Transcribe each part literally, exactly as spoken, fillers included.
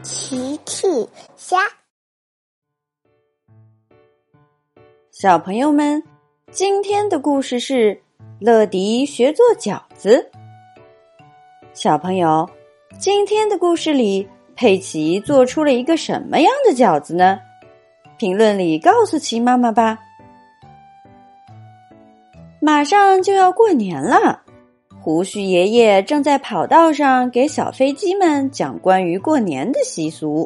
奇趣虾。 小朋友们，今天的故事是乐迪学做饺子。小朋友，今天的故事里，佩奇做出了一个什么样的饺子呢？评论里告诉奇妈妈吧。马上就要过年了，胡须爷爷正在跑道上给小飞机们讲关于过年的习俗。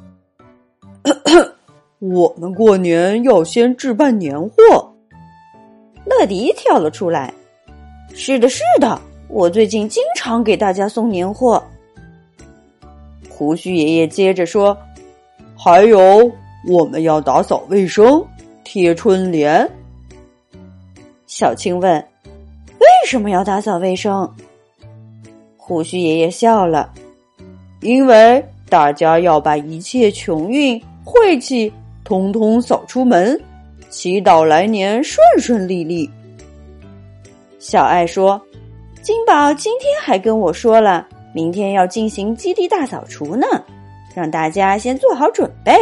我们过年要先置办年货。 乐迪跳了出来。是的，是的，我最近经常给大家送年货。 胡须爷爷接着说，还有我们要打扫卫生，贴春联。 小青问，为什么要打扫卫生？胡须爷爷笑了， 因为大家要把一切穷运、晦气通通扫出门，祈祷来年顺顺利利。 小爱说，金宝今天还跟我说了，明天要进行基地大扫除呢，让大家先做好准备。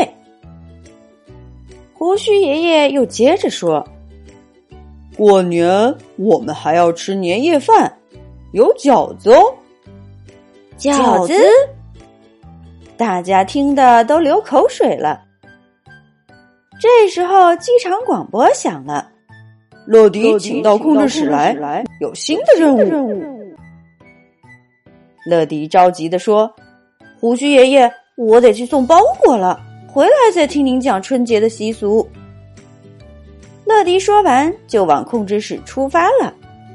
胡须爷爷又接着说， 过年我们还要吃年夜饭，有饺子哦。 饺子？大家听得都流口水了。这时候机场广播响了， 乐迪请到控制室来，有新的任务。 乐迪着急地说，胡须爷爷，我得去送包裹了，回来再听您讲春节的习俗。乐迪说完就往控制室出发了。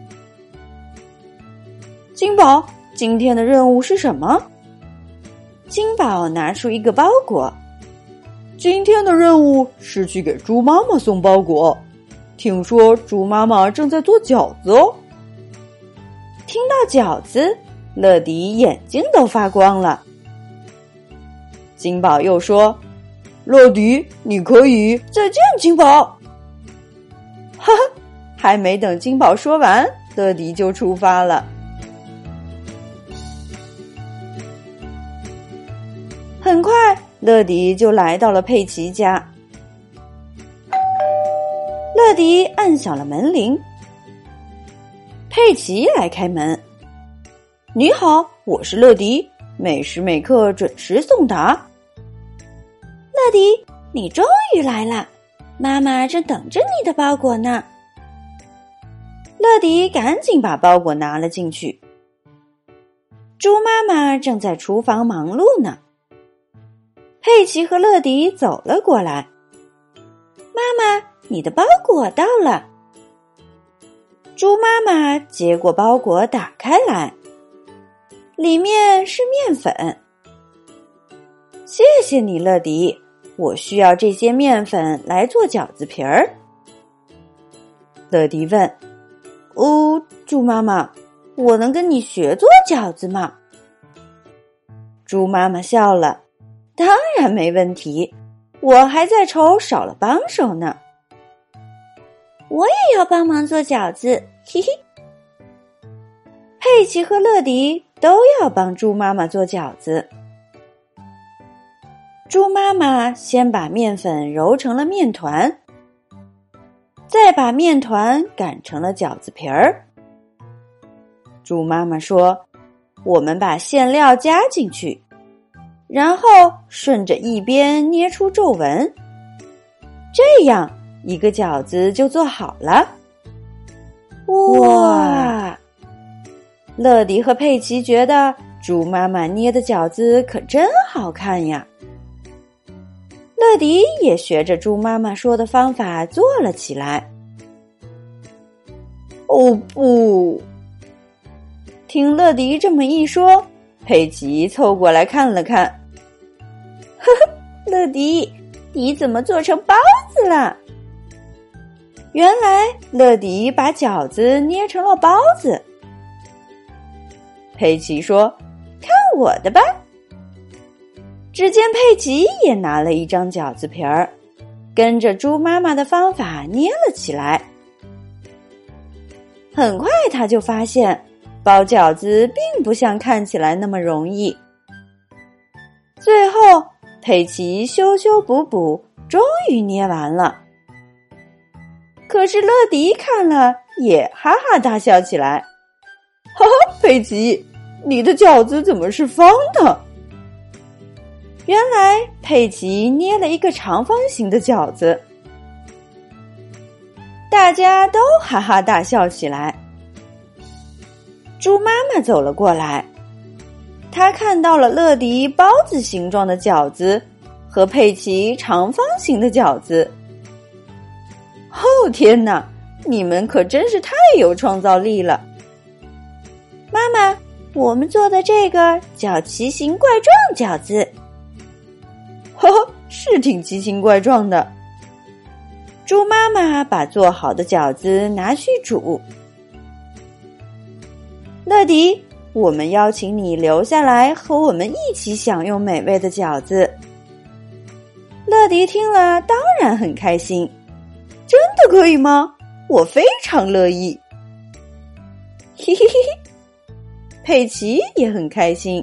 金宝，今天的任务是什么？金宝拿出一个包裹。 今天的任务是去给猪妈妈送包裹，听说猪妈妈正在做饺子哦。 听到饺子，乐迪眼睛都发光了。 金宝又说，乐迪，你可以再见，金宝。哈哈，还没等金宝说完，乐迪就出发了。很快，乐迪就来到了佩奇家。乐迪按响了门铃，佩奇来开门。你好，我是乐迪，每时每刻准时送达。乐迪，你终于来了，妈妈正等着你的包裹呢。乐迪赶紧把包裹拿了进去。猪妈妈正在厨房忙碌呢。佩奇和乐迪走了过来。妈妈，你的包裹到了。猪妈妈接过包裹打开来，里面是面粉。谢谢你，乐迪，我需要这些面粉来做饺子皮儿。乐迪问，哦，猪妈妈，我能跟你学做饺子吗？猪妈妈笑了，当然没问题，我还在愁少了帮手呢。我也要帮忙做饺子，嘿嘿。佩奇和乐迪都要帮猪妈妈做饺子。猪妈妈先把面粉揉成了面团，再把面团擀成了饺子皮儿。猪妈妈说，我们把馅料加进去，然后顺着一边捏出皱纹，这样一个饺子就做好了。哇！乐迪和佩奇觉得猪妈妈捏的饺子可真好看呀。乐迪也学着猪妈妈说的方法做了起来。 哦不！ 听乐迪这么一说，佩奇凑过来看了看。呵呵，乐迪，你怎么做成包子了？原来乐迪把饺子捏成了包子。佩奇说，看我的吧。只见佩奇也拿了一张饺子皮儿，跟着猪妈妈的方法捏了起来。很快他就发现包饺子并不像看起来那么容易。 最后，佩奇修修补补，终于捏完了。可是乐迪看了也哈哈大笑起来。 哈哈，佩奇，你的饺子怎么是方的？ 原来佩奇捏了一个长方形的饺子。大家都哈哈大笑起来。猪妈妈走了过来，她看到了乐迪包子形状的饺子和佩奇长方形的饺子。哦，天哪，你们可真是太有创造力了。妈妈，我们做的这个叫奇形怪状饺子。 呵呵，是挺奇形怪状的。 猪妈妈把做好的饺子拿去煮。乐迪，我们邀请你留下来和我们一起享用美味的饺子。乐迪听了当然很开心。 真的可以吗？我非常乐意。 嘿嘿嘿嘿，佩奇也很开心。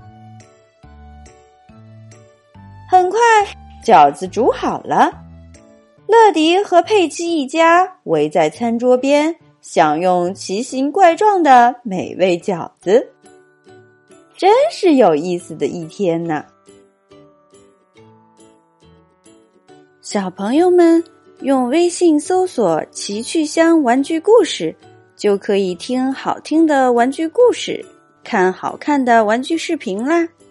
很快，饺子煮好了。乐迪和佩奇一家围在餐桌边，享用奇形怪状的美味饺子，真是有意思的一天呢。小朋友们，用微信搜索“奇趣箱玩具故事”，就可以听好听的玩具故事，看好看的玩具视频啦。